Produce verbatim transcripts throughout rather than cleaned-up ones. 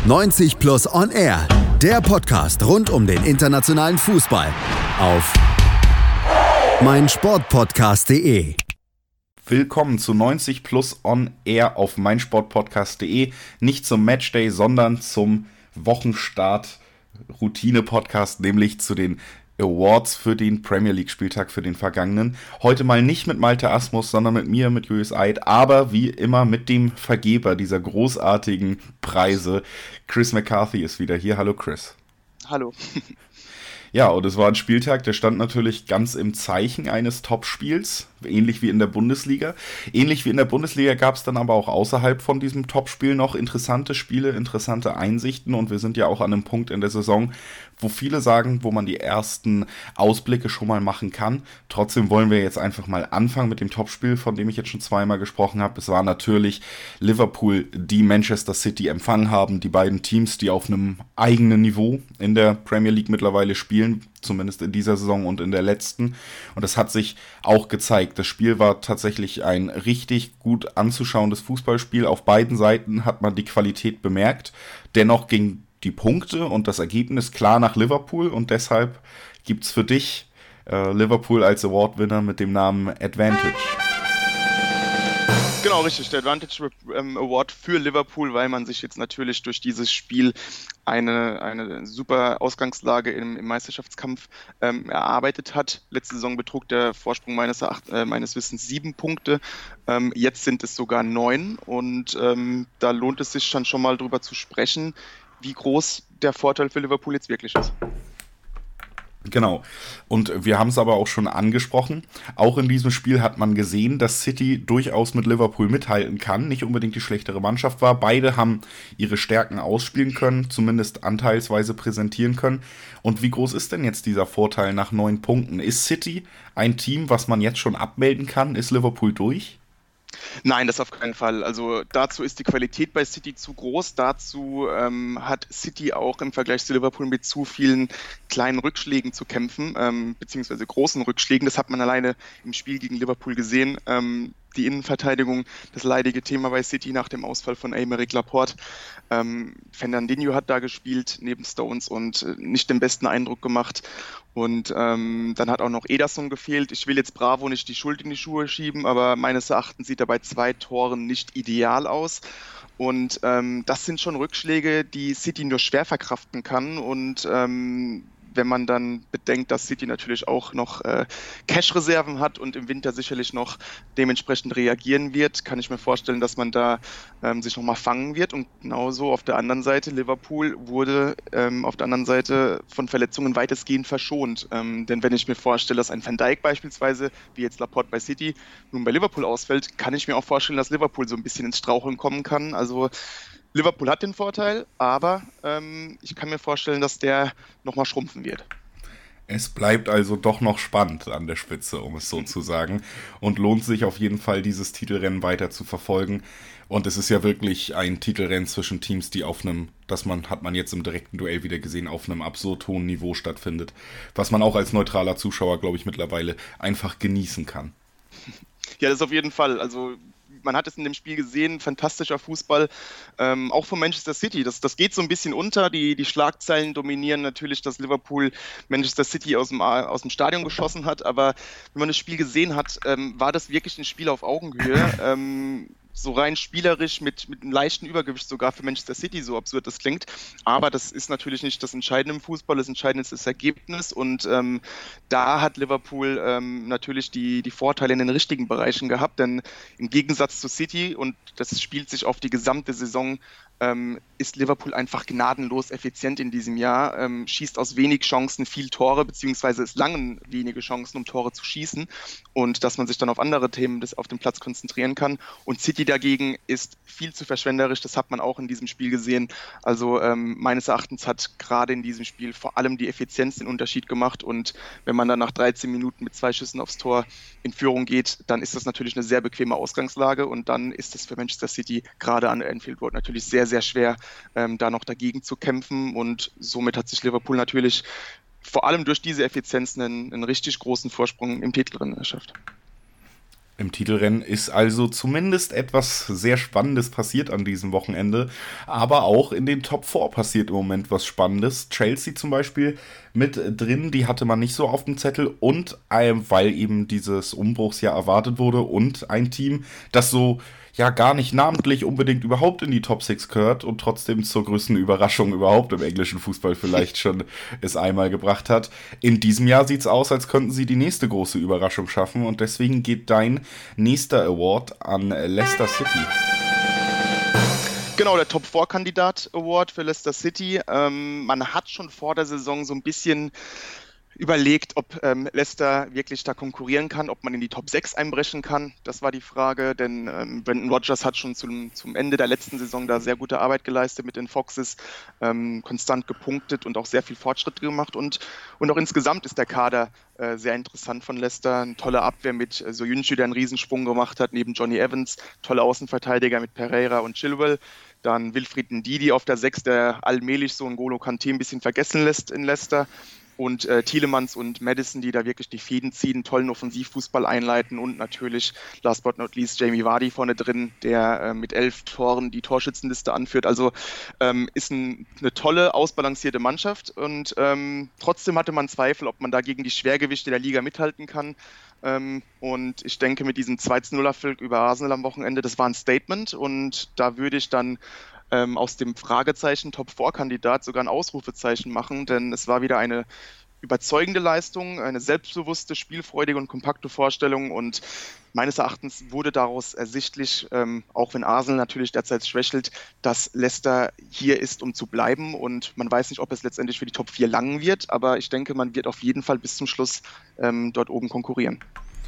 neunzig Plus On Air, der Podcast rund um den internationalen Fußball auf meinsportpodcast punkt de. Willkommen zu neunzig Plus On Air auf meinsportpodcast punkt de. Nicht zum Matchday, sondern zum Wochenstart Routine-Podcast, nämlich zu den Awards für den Premier League-Spieltag für den vergangenen. Heute mal nicht mit Malte Asmus, sondern mit mir, mit Julius Eid, aber wie immer mit dem Vergeber dieser großartigen Preise. Chris McCarthy ist wieder hier. Hallo Chris. Hallo. Ja, und es war ein Spieltag, der stand natürlich ganz im Zeichen eines Topspiels, ähnlich wie in der Bundesliga. Ähnlich wie in der Bundesliga gab es dann aber auch außerhalb von diesem Topspiel noch interessante Spiele, interessante Einsichten, und wir sind ja auch an einem Punkt in der Saison, wo viele sagen, wo man die ersten Ausblicke schon mal machen kann. Trotzdem wollen wir jetzt einfach mal anfangen mit dem Topspiel, von dem ich jetzt schon zweimal gesprochen habe. Es war natürlich Liverpool, die Manchester City empfangen haben, die beiden Teams, die auf einem eigenen Niveau in der Premier League mittlerweile spielen, zumindest in dieser Saison und in der letzten. Und das hat sich auch gezeigt. Das Spiel war tatsächlich ein richtig gut anzuschauendes Fußballspiel. Auf beiden Seiten hat man die Qualität bemerkt. Dennoch ging die Punkte und das Ergebnis klar nach Liverpool, und deshalb gibt's für dich äh, Liverpool als Award-Winner mit dem Namen Advantage. Genau, richtig, der Advantage ähm, Award für Liverpool, weil man sich jetzt natürlich durch dieses Spiel eine, eine super Ausgangslage im, im Meisterschaftskampf ähm, erarbeitet hat. Letzte Saison betrug der Vorsprung meines, Eracht, äh, meines Wissens sieben Punkte, ähm, jetzt sind es sogar neun, und ähm, da lohnt es sich dann schon mal drüber zu sprechen, wie groß der Vorteil für Liverpool jetzt wirklich ist. Genau. Und wir haben es aber auch schon angesprochen. Auch in diesem Spiel hat man gesehen, dass City durchaus mit Liverpool mithalten kann, nicht unbedingt die schlechtere Mannschaft war. Beide haben ihre Stärken ausspielen können, zumindest anteilsweise präsentieren können. Und wie groß ist denn jetzt dieser Vorteil nach neun Punkten? Ist City ein Team, was man jetzt schon abmelden kann? Ist Liverpool durch? Nein, das auf keinen Fall. Also dazu ist die Qualität bei City zu groß. Dazu ähm, hat City auch im Vergleich zu Liverpool mit zu vielen kleinen Rückschlägen zu kämpfen, ähm, beziehungsweise großen Rückschlägen. Das hat man alleine im Spiel gegen Liverpool gesehen. Ähm, die Innenverteidigung, das leidige Thema bei City nach dem Ausfall von Aymeric Laporte. Ähm, Fernandinho hat da gespielt neben Stones und äh, nicht den besten Eindruck gemacht. Und ähm, dann hat auch noch Ederson gefehlt. Ich will jetzt Bravo nicht die Schuld in die Schuhe schieben, aber meines Erachtens sieht er bei zwei Toren nicht ideal aus. Und ähm, das sind schon Rückschläge, die City nur schwer verkraften kann. Und ähm, wenn man dann bedenkt, dass City natürlich auch noch äh, Cash-Reserven hat und im Winter sicherlich noch dementsprechend reagieren wird, kann ich mir vorstellen, dass man da ähm, sich nochmal fangen wird. Und genauso auf der anderen Seite, Liverpool wurde ähm, auf der anderen Seite von Verletzungen weitestgehend verschont. Ähm, denn wenn ich mir vorstelle, dass ein Van Dijk beispielsweise, wie jetzt Laporte bei City, nun bei Liverpool ausfällt, kann ich mir auch vorstellen, dass Liverpool so ein bisschen ins Straucheln kommen kann. Also Liverpool hat den Vorteil, aber ähm, ich kann mir vorstellen, dass der nochmal schrumpfen wird. Es bleibt also doch noch spannend an der Spitze, um es so zu sagen. Und lohnt sich auf jeden Fall, dieses Titelrennen weiter zu verfolgen. Und es ist ja wirklich ein Titelrennen zwischen Teams, die auf einem, das man, hat man jetzt im direkten Duell wieder gesehen, auf einem absurd hohen Niveau stattfindet. Was man auch als neutraler Zuschauer, glaube ich, mittlerweile einfach genießen kann. Ja, das auf jeden Fall. Also man hat es in dem Spiel gesehen, fantastischer Fußball, ähm, auch von Manchester City. Das, das geht so ein bisschen unter. Die, die Schlagzeilen dominieren natürlich, dass Liverpool Manchester City aus dem, aus dem Stadion geschossen hat. Aber wenn man das Spiel gesehen hat, ähm, war das wirklich ein Spiel auf Augenhöhe. Ähm, so rein spielerisch mit, mit einem leichten Übergewicht sogar für Manchester City, so absurd das klingt. Aber das ist natürlich nicht das Entscheidende im Fußball, das Entscheidende ist das Ergebnis, und ähm, da hat Liverpool ähm, natürlich die, die Vorteile in den richtigen Bereichen gehabt, denn im Gegensatz zu City, und das spielt sich auf die gesamte Saison, ähm, ist Liverpool einfach gnadenlos effizient in diesem Jahr, ähm, schießt aus wenig Chancen viel Tore, beziehungsweise es langen wenige Chancen, um Tore zu schießen, und dass man sich dann auf andere Themen des, auf dem Platz konzentrieren kann. Und City dagegen ist viel zu verschwenderisch, das hat man auch in diesem Spiel gesehen. Also ähm, meines Erachtens hat gerade in diesem Spiel vor allem die Effizienz den Unterschied gemacht, und wenn man dann nach dreizehn Minuten mit zwei Schüssen aufs Tor in Führung geht, dann ist das natürlich eine sehr bequeme Ausgangslage, und dann ist es für Manchester City gerade an der Anfield Road natürlich sehr, sehr schwer, ähm, da noch dagegen zu kämpfen, und somit hat sich Liverpool natürlich vor allem durch diese Effizienz einen, einen richtig großen Vorsprung im Titelrennen erschafft. Im Titelrennen ist also zumindest etwas sehr Spannendes passiert an diesem Wochenende, aber auch in den Top vier passiert im Moment was Spannendes. Chelsea zum Beispiel mit drin, die hatte man nicht so auf dem Zettel und äh, weil eben dieses Umbruchsjahr erwartet wurde und ein Team, das so ja gar nicht namentlich unbedingt überhaupt in die Top sechs gehört und trotzdem zur größten Überraschung überhaupt im englischen Fußball vielleicht schon es einmal gebracht hat. In diesem Jahr sieht es aus, als könnten sie die nächste große Überraschung schaffen und deswegen geht dein nächster Award an Leicester City. Genau, der Top vier Kandidat Award für Leicester City. Ähm, man hat schon vor der Saison so ein bisschen überlegt, ob ähm, Leicester wirklich da konkurrieren kann, ob man in die Top sechs einbrechen kann. Das war die Frage, denn ähm, Brendan Rodgers hat schon zum, zum Ende der letzten Saison da sehr gute Arbeit geleistet mit den Foxes, ähm, konstant gepunktet und auch sehr viel Fortschritt gemacht. Und, und auch insgesamt ist der Kader äh, sehr interessant von Leicester. Eine tolle Abwehr mit äh, Soyuncu, der einen Riesensprung gemacht hat, neben Johnny Evans, tolle Außenverteidiger mit Pereira und Chilwell. Dann Wilfried Ndidi auf der sechs, der allmählich so N'Golo Kanté ein bisschen vergessen lässt in Leicester. Und äh, Tielemans und Maddison, die da wirklich die Fäden ziehen, tollen Offensivfußball einleiten und natürlich, last but not least, Jamie Vardy vorne drin, der äh, mit elf Toren die Torschützenliste anführt. Also ähm, ist ein, eine tolle, ausbalancierte Mannschaft und ähm, trotzdem hatte man Zweifel, ob man da gegen die Schwergewichte der Liga mithalten kann. Ähm, und ich denke, mit diesem zwei zu null Erfolg über Arsenal am Wochenende, das war ein Statement und da würde ich dann Ähm, aus dem Fragezeichen Top vier Kandidat sogar ein Ausrufezeichen machen, denn es war wieder eine überzeugende Leistung, eine selbstbewusste, spielfreudige und kompakte Vorstellung und meines Erachtens wurde daraus ersichtlich, ähm, auch wenn Arsenal natürlich derzeit schwächelt, dass Leicester hier ist, um zu bleiben und man weiß nicht, ob es letztendlich für die Top vier langen wird, aber ich denke, man wird auf jeden Fall bis zum Schluss ähm, dort oben konkurrieren.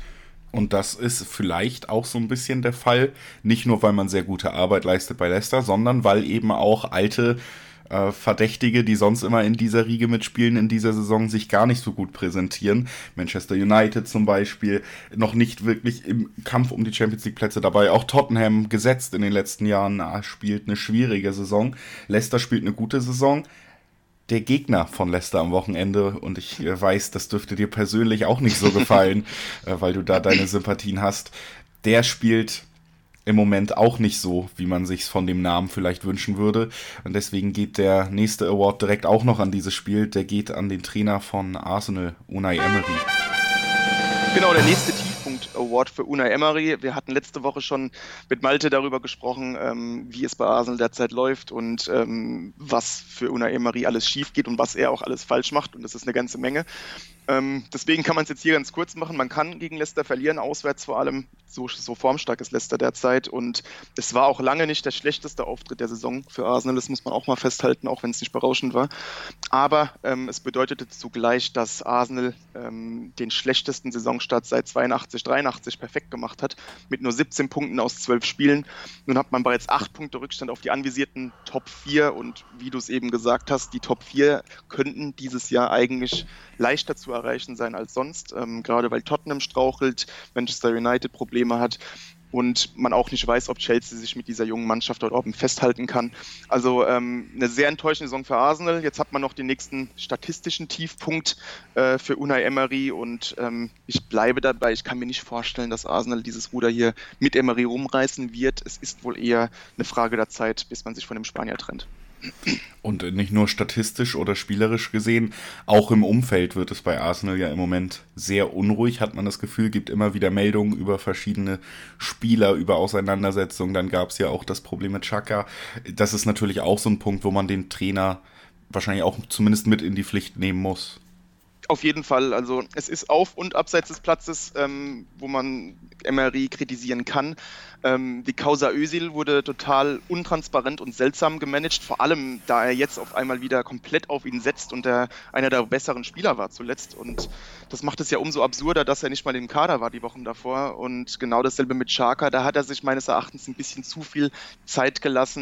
Und das ist vielleicht auch so ein bisschen der Fall, nicht nur, weil man sehr gute Arbeit leistet bei Leicester, sondern weil eben auch alte äh, Verdächtige, die sonst immer in dieser Riege mitspielen, in dieser Saison sich gar nicht so gut präsentieren. Manchester United zum Beispiel noch nicht wirklich im Kampf um die Champions League Plätze dabei. Auch Tottenham gesetzt in den letzten Jahren äh, spielt eine schwierige Saison. Leicester spielt eine gute Saison. Der Gegner von Leicester am Wochenende, und ich äh, weiß, das dürfte dir persönlich auch nicht so gefallen, äh, weil du da deine Sympathien hast, der spielt im Moment auch nicht so, wie man sich's von dem Namen vielleicht wünschen würde. Und deswegen geht der nächste Award direkt auch noch an dieses Spiel. Der geht an den Trainer von Arsenal, Unai Emery. Genau, der nächste Tiefpunkt Award für Unai Emery. Wir hatten letzte Woche schon mit Malte darüber gesprochen, ähm, wie es bei Arsenal derzeit läuft und ähm, was für Unai Emery alles schief geht und was er auch alles falsch macht. Und das ist eine ganze Menge. Ähm, deswegen kann man es jetzt hier ganz kurz machen. Man kann gegen Leicester verlieren, auswärts vor allem. So, so formstark ist Leicester derzeit. Und es war auch lange nicht der schlechteste Auftritt der Saison für Arsenal. Das muss man auch mal festhalten, auch wenn es nicht berauschend war. Aber ähm, es bedeutete zugleich, dass Arsenal ähm, den schlechtesten Saisonstart seit zweiundachtzig, dreiundachtzig perfekt gemacht hat. Mit nur siebzehn Punkten aus zwölf Spielen. Nun hat man bereits acht Punkte Rückstand auf die anvisierten Top vier. Und wie du es eben gesagt hast, die Top vier könnten dieses Jahr eigentlich leichter zu erreichen sein als sonst, ähm, gerade weil Tottenham strauchelt, Manchester United Probleme hat und man auch nicht weiß, ob Chelsea sich mit dieser jungen Mannschaft dort oben festhalten kann. Also ähm, eine sehr enttäuschende Saison für Arsenal. Jetzt hat man noch den nächsten statistischen Tiefpunkt äh, für Unai Emery und ähm, ich bleibe dabei, ich kann mir nicht vorstellen, dass Arsenal dieses Ruder hier mit Emery rumreißen wird. Es ist wohl eher eine Frage der Zeit, bis man sich von dem Spanier trennt. Und nicht nur statistisch oder spielerisch gesehen, auch im Umfeld wird es bei Arsenal ja im Moment sehr unruhig, hat man das Gefühl, gibt immer wieder Meldungen über verschiedene Spieler, über Auseinandersetzungen. Dann gab es ja auch das Problem mit Xhaka. Das ist natürlich auch so ein Punkt, wo man den Trainer wahrscheinlich auch zumindest mit in die Pflicht nehmen muss. Auf jeden Fall, also es ist auf und abseits des Platzes, ähm, wo man Emery kritisieren kann. Ähm, die Causa Özil wurde total untransparent und seltsam gemanagt, vor allem da er jetzt auf einmal wieder komplett auf ihn setzt und er einer der besseren Spieler war zuletzt. Und das macht es ja umso absurder, dass er nicht mal im Kader war die Wochen davor. Und genau dasselbe mit Xhaka, da hat er sich meines Erachtens ein bisschen zu viel Zeit gelassen,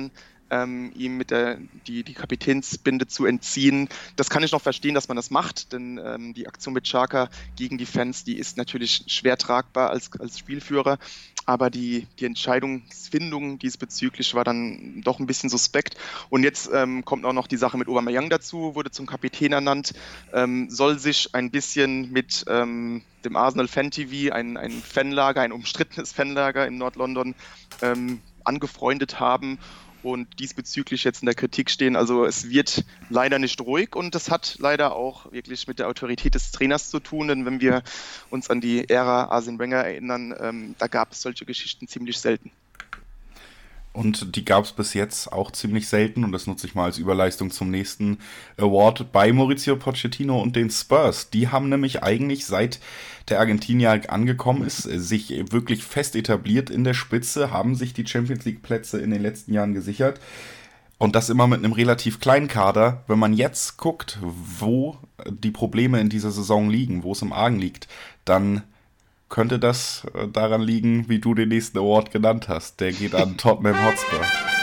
ähm, ihm mit der die, die Kapitänsbinde zu entziehen. Das kann ich noch verstehen, dass man das macht, denn ähm, die Aktion mit Xhaka gegen die Fans, die ist natürlich schwer tragbar als, als Spielführer, aber die, die Entscheidungsfindung diesbezüglich war dann doch ein bisschen suspekt. Und jetzt ähm, kommt auch noch die Sache mit Aubameyang dazu, wurde zum Kapitän ernannt, ähm, soll sich ein bisschen mit ähm, dem Arsenal Fan T V, ein, ein Fanlager, ein umstrittenes Fanlager in Nord-London, ähm, angefreundet haben und diesbezüglich jetzt in der Kritik stehen. Also es wird leider nicht ruhig und das hat leider auch wirklich mit der Autorität des Trainers zu tun, denn wenn wir uns an die Ära Arsene Wenger erinnern, ähm, da gab es solche Geschichten ziemlich selten. Und die gab es bis jetzt auch ziemlich selten und das nutze ich mal als Überleistung zum nächsten Award bei Mauricio Pochettino und den Spurs. Die haben nämlich eigentlich, seit der Argentinier angekommen ist, sich wirklich fest etabliert in der Spitze, haben sich die Champions League Plätze in den letzten Jahren gesichert und das immer mit einem relativ kleinen Kader. Wenn man jetzt guckt, wo die Probleme in dieser Saison liegen, wo es im Argen liegt, dann könnte das daran liegen, wie du den nächsten Award genannt hast. Der geht an Tottenham Hotspur.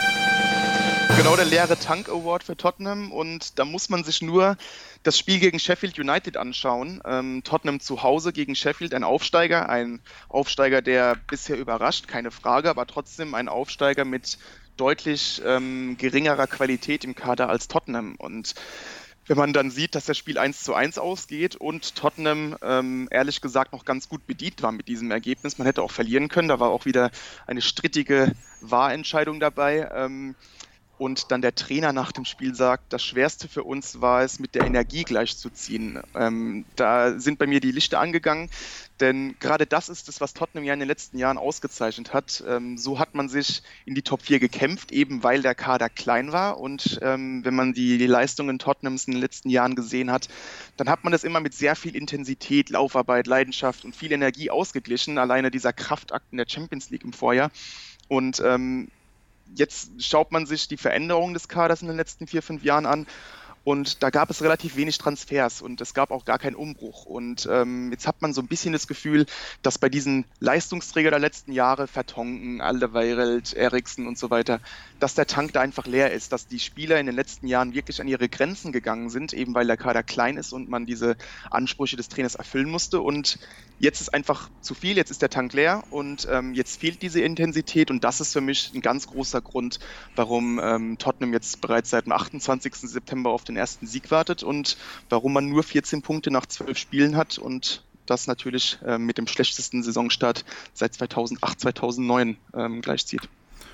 Genau, der leere Tank Award für Tottenham und da muss man sich nur das Spiel gegen Sheffield United anschauen. Ähm, Tottenham zu Hause gegen Sheffield, ein Aufsteiger, ein Aufsteiger, der bisher überrascht, keine Frage, aber trotzdem ein Aufsteiger mit deutlich ähm, geringerer Qualität im Kader als Tottenham. Und wenn man dann sieht, dass das Spiel eins zu eins ausgeht und Tottenham ähm, ehrlich gesagt noch ganz gut bedient war mit diesem Ergebnis, man hätte auch verlieren können, da war auch wieder eine strittige V A R-Entscheidung dabei. Ähm, und dann der Trainer nach dem Spiel sagt, das Schwerste für uns war es, mit der Energie gleichzuziehen. Ähm, da sind bei mir die Lichter angegangen, denn gerade das ist es, was Tottenham ja in den letzten Jahren ausgezeichnet hat. Ähm, so hat man sich in die Top vier gekämpft, eben weil der Kader klein war. Und ähm, wenn man die, die Leistungen Tottenhams in den letzten Jahren gesehen hat, dann hat man das immer mit sehr viel Intensität, Laufarbeit, Leidenschaft und viel Energie ausgeglichen. Alleine dieser Kraftakt in der Champions League im Vorjahr. Und ähm, jetzt schaut man sich die Veränderungen des Kaders in den letzten vier, fünf Jahren an und da gab es relativ wenig Transfers und es gab auch gar keinen Umbruch. Und ähm, jetzt hat man so ein bisschen das Gefühl, dass bei diesen Leistungsträgern der letzten Jahre, Vertonghen, Alderweireld, Eriksen und so weiter, dass der Tank da einfach leer ist, dass die Spieler in den letzten Jahren wirklich an ihre Grenzen gegangen sind, eben weil der Kader klein ist und man diese Ansprüche des Trainers erfüllen musste. Und jetzt ist einfach zu viel, jetzt ist der Tank leer und ähm, jetzt fehlt diese Intensität und das ist für mich ein ganz großer Grund, warum ähm, Tottenham jetzt bereits seit dem achtundzwanzigsten September auf den ersten Sieg wartet und warum man nur vierzehn Punkte nach zwölf Spielen hat und das natürlich äh, mit dem schlechtesten Saisonstart seit zweitausendacht, zweitausendneun ähm, gleichzieht.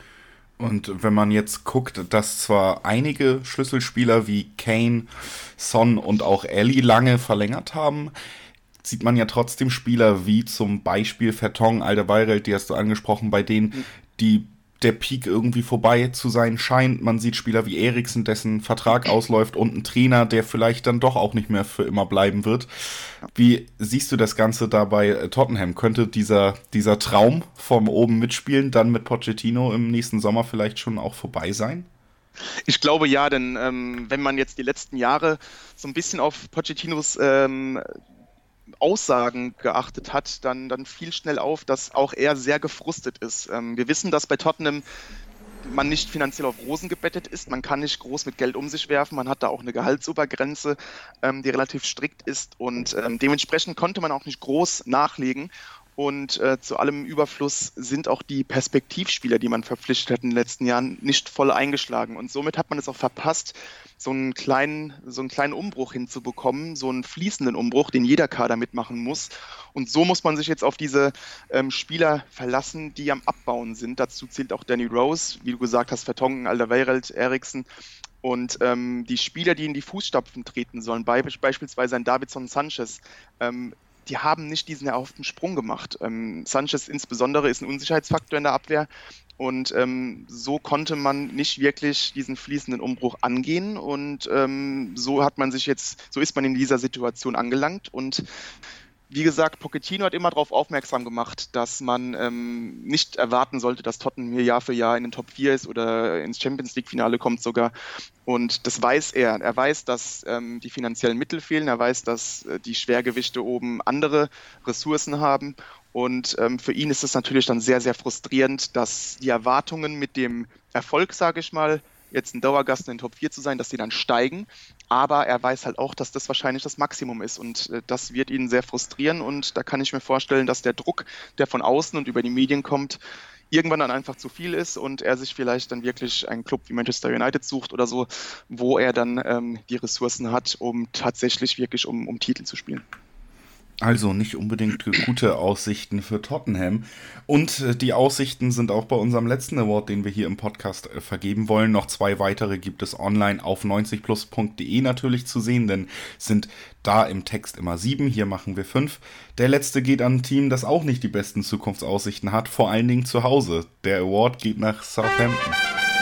Und wenn man jetzt guckt, dass zwar einige Schlüsselspieler wie Kane, Son und auch Alli lange verlängert haben, sieht man ja trotzdem Spieler wie zum Beispiel Vertonghen, Alderweireld, die hast du angesprochen, bei denen die der Peak irgendwie vorbei zu sein scheint. Man sieht Spieler wie Eriksen, dessen Vertrag ausläuft und einen Trainer, der vielleicht dann doch auch nicht mehr für immer bleiben wird. Wie siehst du das Ganze da bei Tottenham? Könnte dieser, dieser Traum vom oben mitspielen dann mit Pochettino im nächsten Sommer vielleicht schon auch vorbei sein? Ich glaube ja, denn ähm, wenn man jetzt die letzten Jahre so ein bisschen auf Pochettinos ähm, Aussagen geachtet hat, dann, dann fiel schnell auf, dass auch er sehr gefrustet ist. Ähm, wir wissen, dass bei Tottenham man nicht finanziell auf Rosen gebettet ist, man kann nicht groß mit Geld um sich werfen, man hat da auch eine Gehaltsobergrenze, ähm, die relativ strikt ist und ähm, dementsprechend konnte man auch nicht groß nachlegen. Und äh, zu allem Überfluss sind auch die Perspektivspieler, die man verpflichtet hat in den letzten Jahren, nicht voll eingeschlagen. Und somit hat man es auch verpasst, so einen kleinen, so einen kleinen Umbruch hinzubekommen, so einen fließenden Umbruch, den jeder Kader mitmachen muss. Und so muss man sich jetzt auf diese ähm, Spieler verlassen, die am Abbauen sind. Dazu zählt auch Danny Rose, wie du gesagt hast, Vertonghen, Alderweireld, Eriksen. Und ähm, die Spieler, die in die Fußstapfen treten sollen, be- beispielsweise ein Davinson Sanchez, ähm, die haben nicht diesen erhofften Sprung gemacht. Ähm, Sanchez insbesondere ist ein Unsicherheitsfaktor in der Abwehr und ähm, so konnte man nicht wirklich diesen fließenden Umbruch angehen und ähm, so hat man sich jetzt, so ist man in dieser Situation angelangt und wie gesagt, Pochettino hat immer darauf aufmerksam gemacht, dass man ähm, nicht erwarten sollte, dass Tottenham hier Jahr für Jahr in den Top vier ist oder ins Champions-League-Finale kommt sogar. Und das weiß er. Er weiß, dass ähm, die finanziellen Mittel fehlen. Er weiß, dass äh, die Schwergewichte oben andere Ressourcen haben. Und ähm, für ihn ist es natürlich dann sehr, sehr frustrierend, dass die Erwartungen mit dem Erfolg, sage ich mal, jetzt ein Dauergast in den Top vier zu sein, dass die dann steigen. Aber er weiß halt auch, dass das wahrscheinlich das Maximum ist und äh, das wird ihn sehr frustrieren und da kann ich mir vorstellen, dass der Druck, der von außen und über die Medien kommt, irgendwann dann einfach zu viel ist und er sich vielleicht dann wirklich einen Club wie Manchester United sucht oder so, wo er dann ähm, die Ressourcen hat, um tatsächlich wirklich um, um Titel zu spielen. Also nicht unbedingt gute Aussichten für Tottenham. Und äh, die Aussichten sind auch bei unserem letzten Award, den wir hier im Podcast äh, vergeben wollen. Noch zwei weitere gibt es online auf neunzig plus punkt de natürlich zu sehen, denn sind da im Text immer sieben. Hier machen wir fünf. Der letzte geht an ein Team, das auch nicht die besten Zukunftsaussichten hat, vor allen Dingen zu Hause. Der Award geht nach Southampton.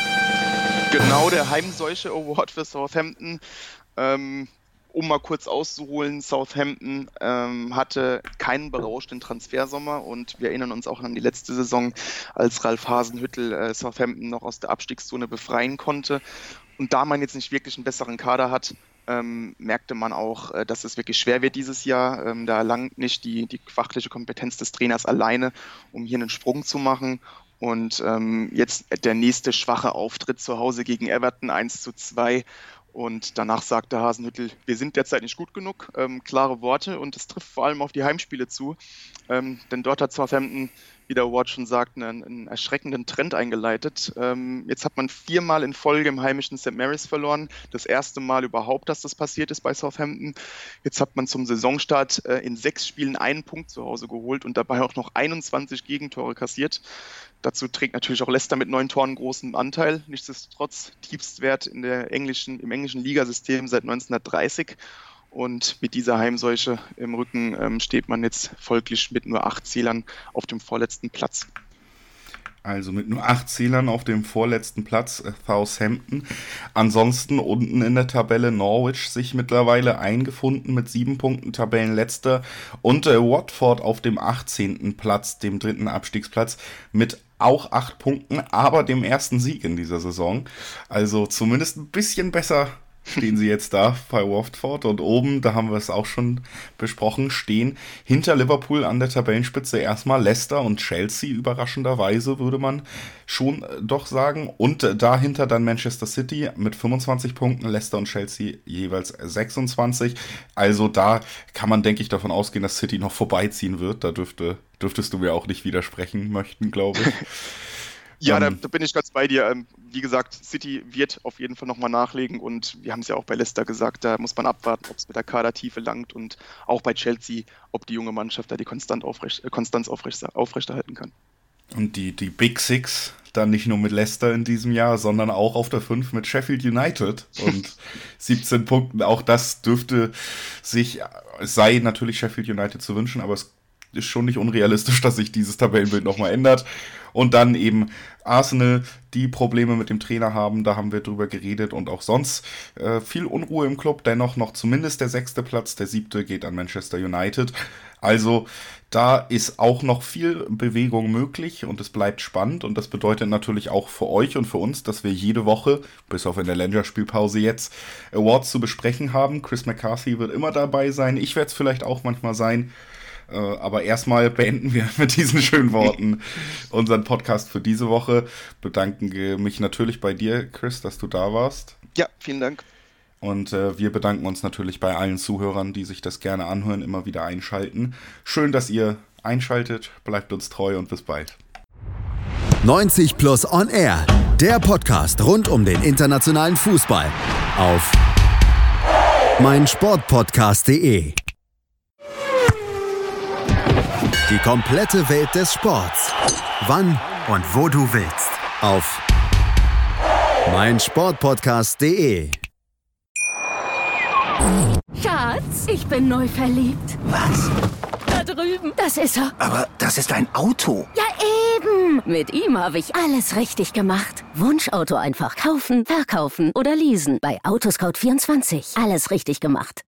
Genau, der Heimseuche Award für Southampton. Ähm, Um mal kurz auszuholen, Southampton ähm, hatte keinen berauschenden Transfersommer und wir erinnern uns auch an die letzte Saison, als Ralf Hasenhüttl äh, Southampton noch aus der Abstiegszone befreien konnte. Und da man jetzt nicht wirklich einen besseren Kader hat, ähm, merkte man auch, äh, dass es wirklich schwer wird dieses Jahr. Ähm, da erlangt nicht die, die fachliche Kompetenz des Trainers alleine, um hier einen Sprung zu machen. Und ähm, jetzt der nächste schwache Auftritt zu Hause gegen Everton, eins zu zwei. Und danach sagte Hasenhüttl, wir sind derzeit nicht gut genug. Ähm, klare Worte und es trifft vor allem auf die Heimspiele zu. Ähm, denn dort hat Southampton, wie der Award schon sagt, einen, einen erschreckenden Trend eingeleitet. Ähm, jetzt hat man viermal in Folge im heimischen Saint Mary's verloren. Das erste Mal überhaupt, dass das passiert ist bei Southampton. Jetzt hat man zum Saisonstart äh, in sechs Spielen einen Punkt zu Hause geholt und dabei auch noch einundzwanzig Gegentore kassiert. Dazu trägt natürlich auch Leicester mit neun Toren einen großen Anteil. Nichtsdestotrotz Tiefstwert in der englischen, im englischen Ligasystem seit neunzehnhundertdreißig. Und mit dieser Heimseuche im Rücken ähm, steht man jetzt folglich mit nur acht Zählern auf dem vorletzten Platz. Also mit nur acht Zählern auf dem vorletzten Platz äh, Southampton. Ansonsten unten in der Tabelle Norwich sich mittlerweile eingefunden mit sieben Punkten, Tabellenletzter. Und äh, Watford auf dem achtzehnten Platz, dem dritten Abstiegsplatz, mit auch acht Punkten, aber dem ersten Sieg in dieser Saison. Also zumindest ein bisschen besser stehen sie jetzt da bei Watford. Und oben, da haben wir es auch schon besprochen, stehen hinter Liverpool an der Tabellenspitze erstmal Leicester und Chelsea, überraschenderweise würde man schon doch sagen. Und dahinter dann Manchester City mit fünfundzwanzig Punkten, Leicester und Chelsea jeweils sechsundzwanzig. Also da kann man, denke ich, davon ausgehen, dass City noch vorbeiziehen wird. Da dürfte, dürftest du mir auch nicht widersprechen möchten, glaube ich. Ja, da, da bin ich ganz bei dir. Wie gesagt, City wird auf jeden Fall nochmal nachlegen und wir haben es ja auch bei Leicester gesagt, da muss man abwarten, ob es mit der Kadertiefe langt und auch bei Chelsea, ob die junge Mannschaft da die Konstant aufrecht, äh, Konstanz aufrecht, aufrechterhalten kann. Und die, die Big Six, dann nicht nur mit Leicester in diesem Jahr, sondern auch auf der fünf mit Sheffield United und siebzehn Punkten. Auch das dürfte sich, es sei natürlich Sheffield United zu wünschen, aber es ist schon nicht unrealistisch, dass sich dieses Tabellenbild nochmal ändert. Und dann eben Arsenal, die Probleme mit dem Trainer haben, da haben wir drüber geredet und auch sonst äh, viel Unruhe im Club, dennoch noch zumindest der sechste Platz, der siebte geht an Manchester United. Also da ist auch noch viel Bewegung möglich und es bleibt spannend und das bedeutet natürlich auch für euch und für uns, dass wir jede Woche, bis auf in der Länderspielpause jetzt, Awards zu besprechen haben. Chris McCarthy wird immer dabei sein, ich werde es vielleicht auch manchmal sein. Aber erstmal beenden wir mit diesen schönen Worten unseren Podcast für diese Woche. Bedanke mich natürlich bei dir, Chris, dass du da warst. Ja, vielen Dank. Und äh, wir bedanken uns natürlich bei allen Zuhörern, die sich das gerne anhören, immer wieder einschalten. Schön, dass ihr einschaltet, bleibt uns treu und bis bald. neunzig plus on air, der Podcast rund um den internationalen Fußball auf meinsportpodcast punkt de. Die komplette Welt des Sports. Wann und wo du willst. Auf meinsportpodcast punkt de. Schatz, ich bin neu verliebt. Was? Da drüben. Das ist er. Aber das ist ein Auto. Ja, eben. Mit ihm habe ich alles richtig gemacht. Wunschauto einfach kaufen, verkaufen oder leasen. Bei Autoscout vierundzwanzig. Alles richtig gemacht.